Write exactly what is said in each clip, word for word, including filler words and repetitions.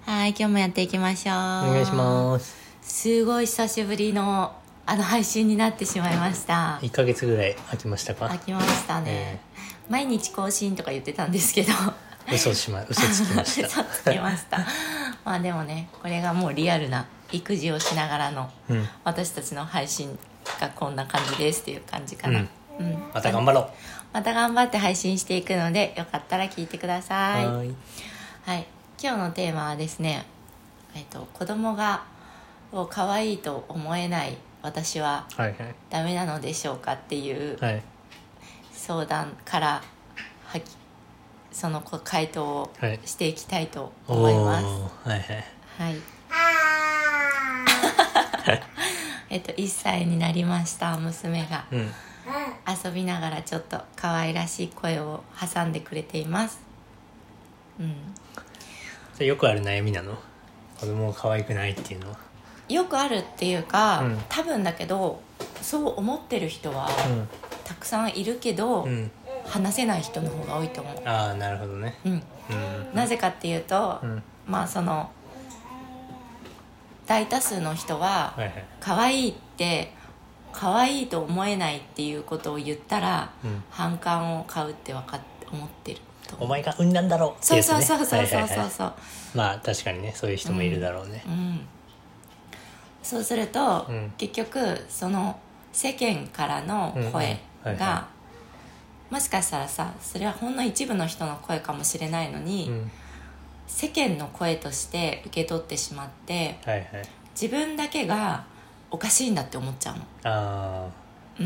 はい、今日もやっていきましょう。お願いします。 すごい久しぶりのあの配信になってしまいました。 いっかげつぐらい空きましたか？ 空きましたね、えー、毎日更新とか言ってたんですけど嘘しま嘘つきました嘘つきましたまあでもね、これがもうリアルな育児をしながらの、うん、私たちの配信がこんな感じですっていう感じかな、うんうん、また頑張ろう。 また頑張って配信していくので、よかったら聞いてください。 はい、 はい、今日のテーマはですね、えっと、子供がを可愛いと思えない私はダメなのでしょうかっていう相談からはきその回答をしていきたいと思います。 はいはいはいえっといっさいになりました娘が、うん、遊びながらちょっと可愛らしい声を挟んでくれています。うん。 それよくある悩みなの？子供が可愛くないっていうのは。 よくあるっていうか、 うん、 多分だけどそう思ってる人は、うん、たくさんいるけど、うん、話せない人の方が多いと思う。 ああ、なるほどね、 うんうん、なぜかっていうと、うん、まあその大多数の人は、はいはい、可愛いって可愛いと思えないっていうことを言ったら、うん、反感を買うって分かって思ってる。 お前が産んだんだろうってやつね。 そうそうそうそうそうそうそう、 まあ確かにね、そういう人もいるだろうね、 うんうん、そうすると、うん、結局その世間からの声が、うんはいはい、もしかしたらさ、それはほんの一部の人の声かもしれないのに、うん、世間の声として受け取ってしまって、はいはい、自分だけがおかしいんだって思っちゃうの。 ああ、うん、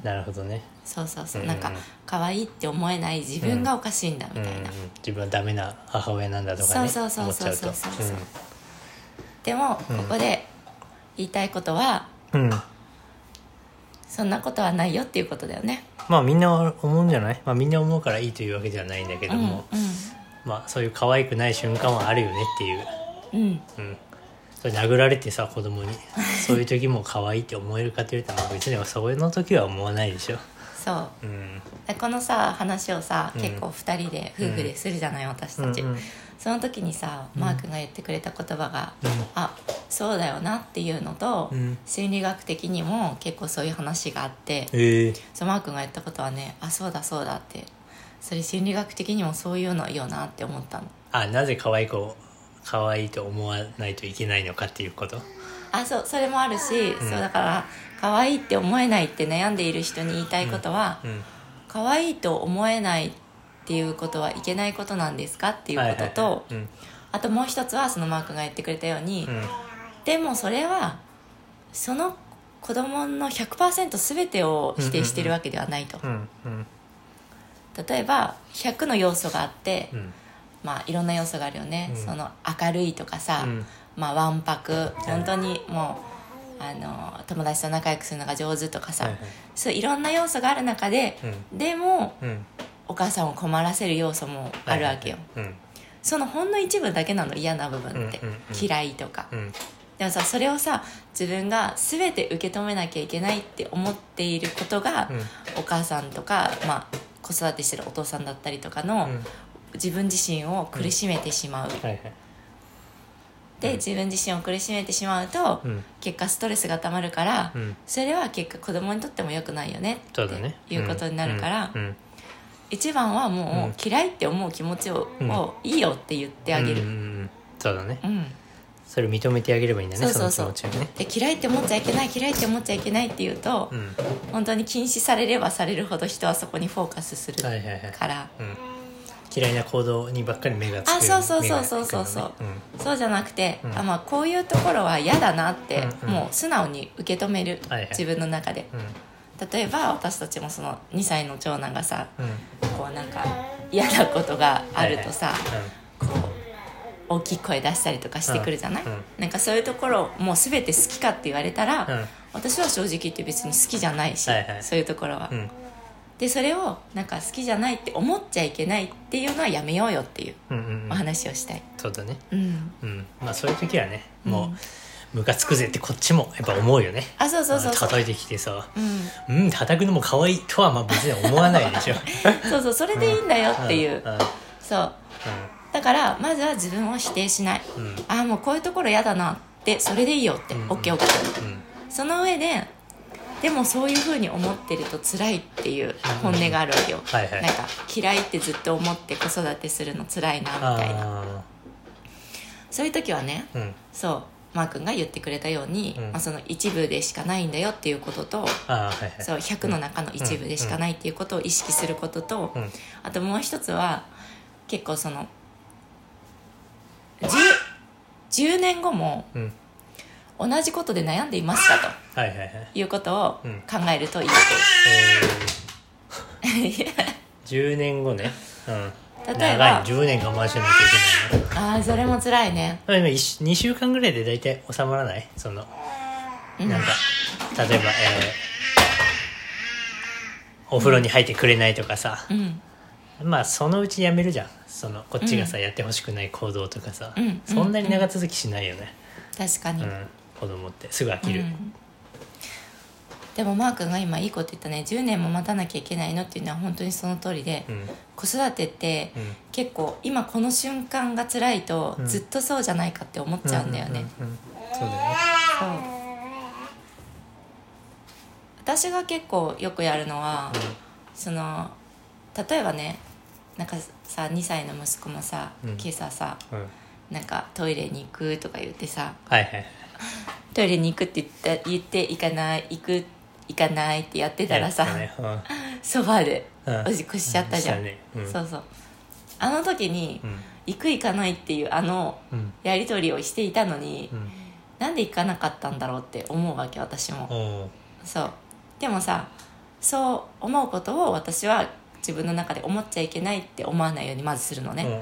なるほどね。 そうそうそう、うんうん、なんか可愛いって思えない自分がおかしいんだみたいな、うんうんうん、 自分はダメな母親なんだとかね、 そうそうそうそうそうそう、うん、でも、うん、ここで言いたいことは、うん、そんなことはないよっていうことだよね。 まあみんな思うんじゃない？まあみんな思うからいいというわけではないんだけども、うんうん、まあそういう可愛くない瞬間はあるよねっていう、うんうん、それ殴られてさ、子供にそういう時も可愛いって思えるかって言われたら別にそういうの時は思わないでしょ。そう、うん、 このさ話をさ、うん、結構ふたりで夫婦でするじゃない、うん、私たち、うんうん、その時にさ、マー君が言ってくれた言葉が、うん、あ、そうだよなっていうのと、うん、心理学的にも結構そういう話があって、えー、そうマー君が言ったことはね、あ、そうだそうだって、それ心理学的にもそういうのいいよなって思ったの。 あ、なぜ可愛い子可愛いと思わないといけないのかっていうこと？ あ、そう、それもあるし、うん、そうだから可愛いって思えないって悩んでいる人に言いたいことは、うんうん、可愛いと思えないっていうことはいけないことなんですかっていうことと、はいはいはい、うん、あともう一つはそのマークが言ってくれたように、うん、でもそれはその子供の ひゃくパーセント 全てを否定してるわけではないと、うんうん、例えばひゃくの要素があって、うん、まあいろんな要素があるよね、うん、その明るいとかさ、うん、まあ、わんぱく、本当にもうあの友達と仲良くするのが上手とかさ、はいはい、そういろんな要素がある中で、うん、でも、うん、お母さんを困らせる要素もあるわけよ、はいはいはい、うん、そのほんの一部だけなの、嫌な部分って、うんうんうん、嫌いとか、うん、でもさ、それをさ、自分が全て受け止めなきゃいけないって思っていることが、うん、お母さんとか、まあ、子育てしてるお父さんだったりとかの、うん、自分自身を苦しめてしまう、うん、はいはい、で自分自身を苦しめてしまうと、うん、結果ストレスがたまるから、うん、それは結果子供にとっても良くないよねっていうことになるから、うんうんうん、一番はもう嫌いって思う気持ちを、うん、をいいよって言ってあげる、うんうんうん、 そうだね、うん、それを認めてあげればいいんだね。そうそうそう、その気持ちをね。で嫌いって思っちゃいけない嫌いって思っちゃいけないって言うと、うん、本当に禁止されればされるほど人はそこにフォーカスするから、はいはいはい、うん、 嫌いな行動にばっかり目がつく。 あ、そうそうそうそうそうそう、うん、そうじゃなくて、うん、あ、まあ、こういうところは嫌だなって、うんうん、もう素直に受け止める、はいはい、自分の中で、うん、例えば私たちもそのにさいの長男がさ、うん、こうなんか嫌なことがあるとさ、はいはい、こう大きい声出したりとかしてくるじゃない、うんうん、なんかそういうところもう全て好きかって言われたら、うん、私は正直言って別に好きじゃないし、はいはい、そういうところは、うん、でそれをなんか好きじゃないって思っちゃいけないっていうのはやめようよっていうお話をしたい、うんうんうん、 そうだね、うんうん、まあそういう時はね、もうムカつくぜってこっちもやっぱ思うよね。 あ、そうそうそうそう、 叩いてきてさ、うん、うん、叩くのも可愛いとはまあ別に思わないでしょそうそう、それでいいんだよっていう、うんうん、そう、 だからまずは自分を否定しない、 うん、 ああもうこういうところ嫌だなってそれでいいよって、 うんうん、 オッケーオッケー、その上ででもそういう風に思ってると辛いっていう本音があるわけよ、うんはいはい、なんか嫌いってずっと思って子育てするの辛いなみたいな。そういう時はね、うん、そうマー君が言ってくれたように、うんまあ、その一部でしかないんだよっていうことと、 あ、はいはい、 そうひゃくの中の一部でしかないっていうことを意識することと、うん、あともう一つは結構その 10, じゅうねんごも同じことで悩んでいますかと、はいはいはい、いうことを考えるといいわけです、うんえー、 じゅうねんごね、うん例えば長いじゅうねん我慢しなきゃいけないの。 ああそれも辛いね。 今にしゅうかんぐらいで大体収まらない？そのなんか例えば、えー、お風呂に入ってくれないとかさ、うん、まあそのうちやめるじゃん。そのこっちがさ、うん、やってほしくない行動とかさ、うん、そんなに長続きしないよね、 うん、確かに、 うん、子供ってすぐ飽きる、うん、 でもマー君が今いいこと言ったね、じゅうねんも待たなきゃいけないのっていうのは本当にその通りで、うん、子育てって、うん、結構今この瞬間が辛いと、うん、ずっとそうじゃないかって思っちゃうんだよね、 うんうんうんうん、そうだよね。そう私が結構よくやるのは、うん、その例えばねなんかさにさいの息子もさ、うん、今朝さ、うん、なんかトイレに行くとか言ってさ、はいはい、トイレに行くって言った、言って行かない行く行かないってやってたらさ、ねうん、ソファーでおしっこしちゃったじゃん、うんねうん、そうそうあの時に、うん、行く行かないっていうあのやり取りをしていたのに、うん、なんで行かなかったんだろうって思うわけ私も、そうでもさそう思うことを私は自分の中で思っちゃいけないって思わないようにまずするのね、うんうんうん、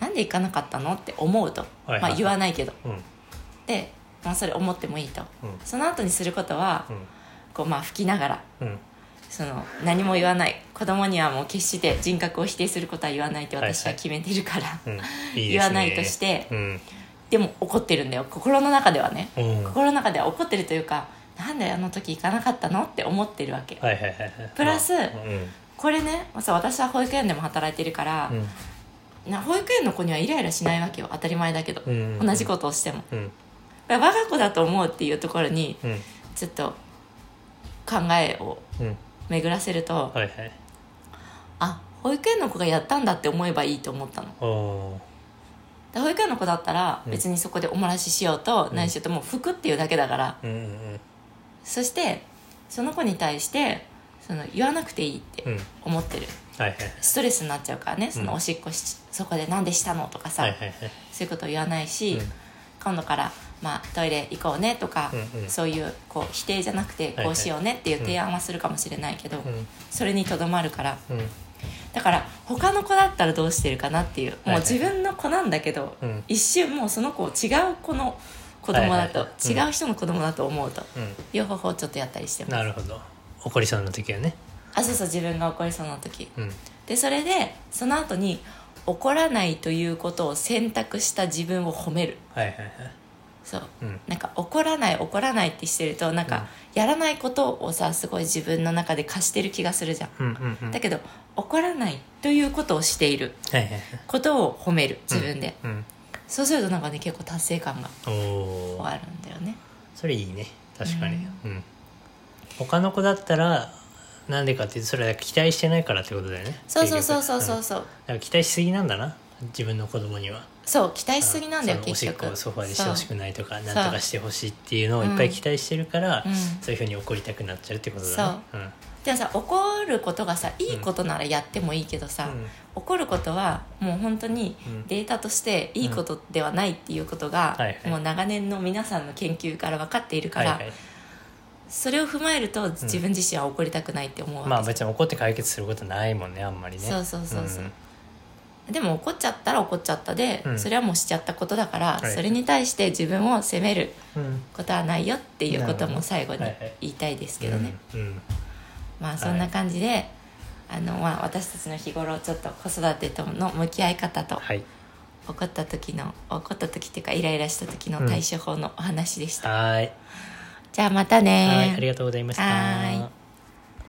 なんで行かなかったのって思うと、はいはいはい、まあ、言わないけど、うん、で、まあ、それ思ってもいいと、うん、その後にすることは、うんこうまあ吹きながら、うん、その何も言わない、子供にはもう決して人格を否定することは言わないって私は決めてるから、はいはいうんいいね、言わないとして、うん、でも怒ってるんだよ心の中ではね、うん、心の中では怒ってるというかなんであの時行かなかったのって思ってるわけ、はいはいはいはい、プラス、まあうん、これね私は保育園でも働いてるから、うん、な保育園の子にはイライラしないわけよ当たり前だけど、うん、同じことをしても、うん、我が子だと思うっていうところに、うん、ちょっと考えを巡らせると、うんはいはい、あ保育園の子がやったんだって思えばいいと思ったの。で保育園の子だったら別にそこでおもらししようと、うん、何しようともう拭くっていうだけだから、うんうんうん、そしてその子に対してその言わなくていいって思ってる、うんはいはい、ストレスになっちゃうからねそのおしっこし、うん、そこで何でしたのとかさ、はいはいはい、そういうことを言わないし、うん、今度からまあ、トイレ行こうねとか、うんうん、そういうこう否定じゃなくてこうしようねっていう提案はするかもしれないけど、はいはい、それにとどまるから、うん、だから他の子だったらどうしてるかなっていう、もう自分の子なんだけど、はいはい、一瞬もうその子を違う子の子供だと、はいはいはい、違う人の子供だと思うと、うん、両方法ちょっとやったりしてます。 なるほど。怒りそうな時はね、 あそうそう自分が怒りそうな時、うん、でそれでその後に怒らないということを選択した自分を褒める、はいはいはいそう、うん、なんか怒らない怒らないってしてるとなんかやらないことをさすごい自分の中で課してる気がするじゃん、うんうんうん、だけど怒らないということをしていることを褒める自分で、うんうん、そうするとなんかね結構達成感があるんだよね。 それいいね確かに、うんうん、他の子だったらなんでかっていうとそれは期待してないからってことだよね。 そうそうそうそうそうそう、うん、 だから期待しすぎなんだな自分の子供には。 そう期待しすぎなんだよ結局。 おしっこをソファーでしてほしくないとかなんとかしてほしいっていうのをいっぱい期待してるから、うん、そういうふうに怒りたくなっちゃうってことだね。そう、うん、でもさ怒ることがさいいことならやってもいいけどさ、うん、怒ることはもう本当にデータとしていいことではないっていうことが、うん、もう長年の皆さんの研究から分かっているから、はいはい、それを踏まえると自分自身は怒りたくないって思うわけ、うん、まあ別に怒って解決することないもんねあんまりね。そうそうそうそう、うんでも怒っちゃったら怒っちゃったで、うん、それはもうしちゃったことだから、はい、それに対して自分を責めることはないよっていうことも最後に言いたいですけどね、うんうん、まあそんな感じで、はい、あのまあ、私たちの日頃ちょっと子育てとの向き合い方と、はい、怒った時の怒った時っていうかイライラした時の対処法のお話でした、うん、はいじゃあまたね。 はいありがとうございました。はい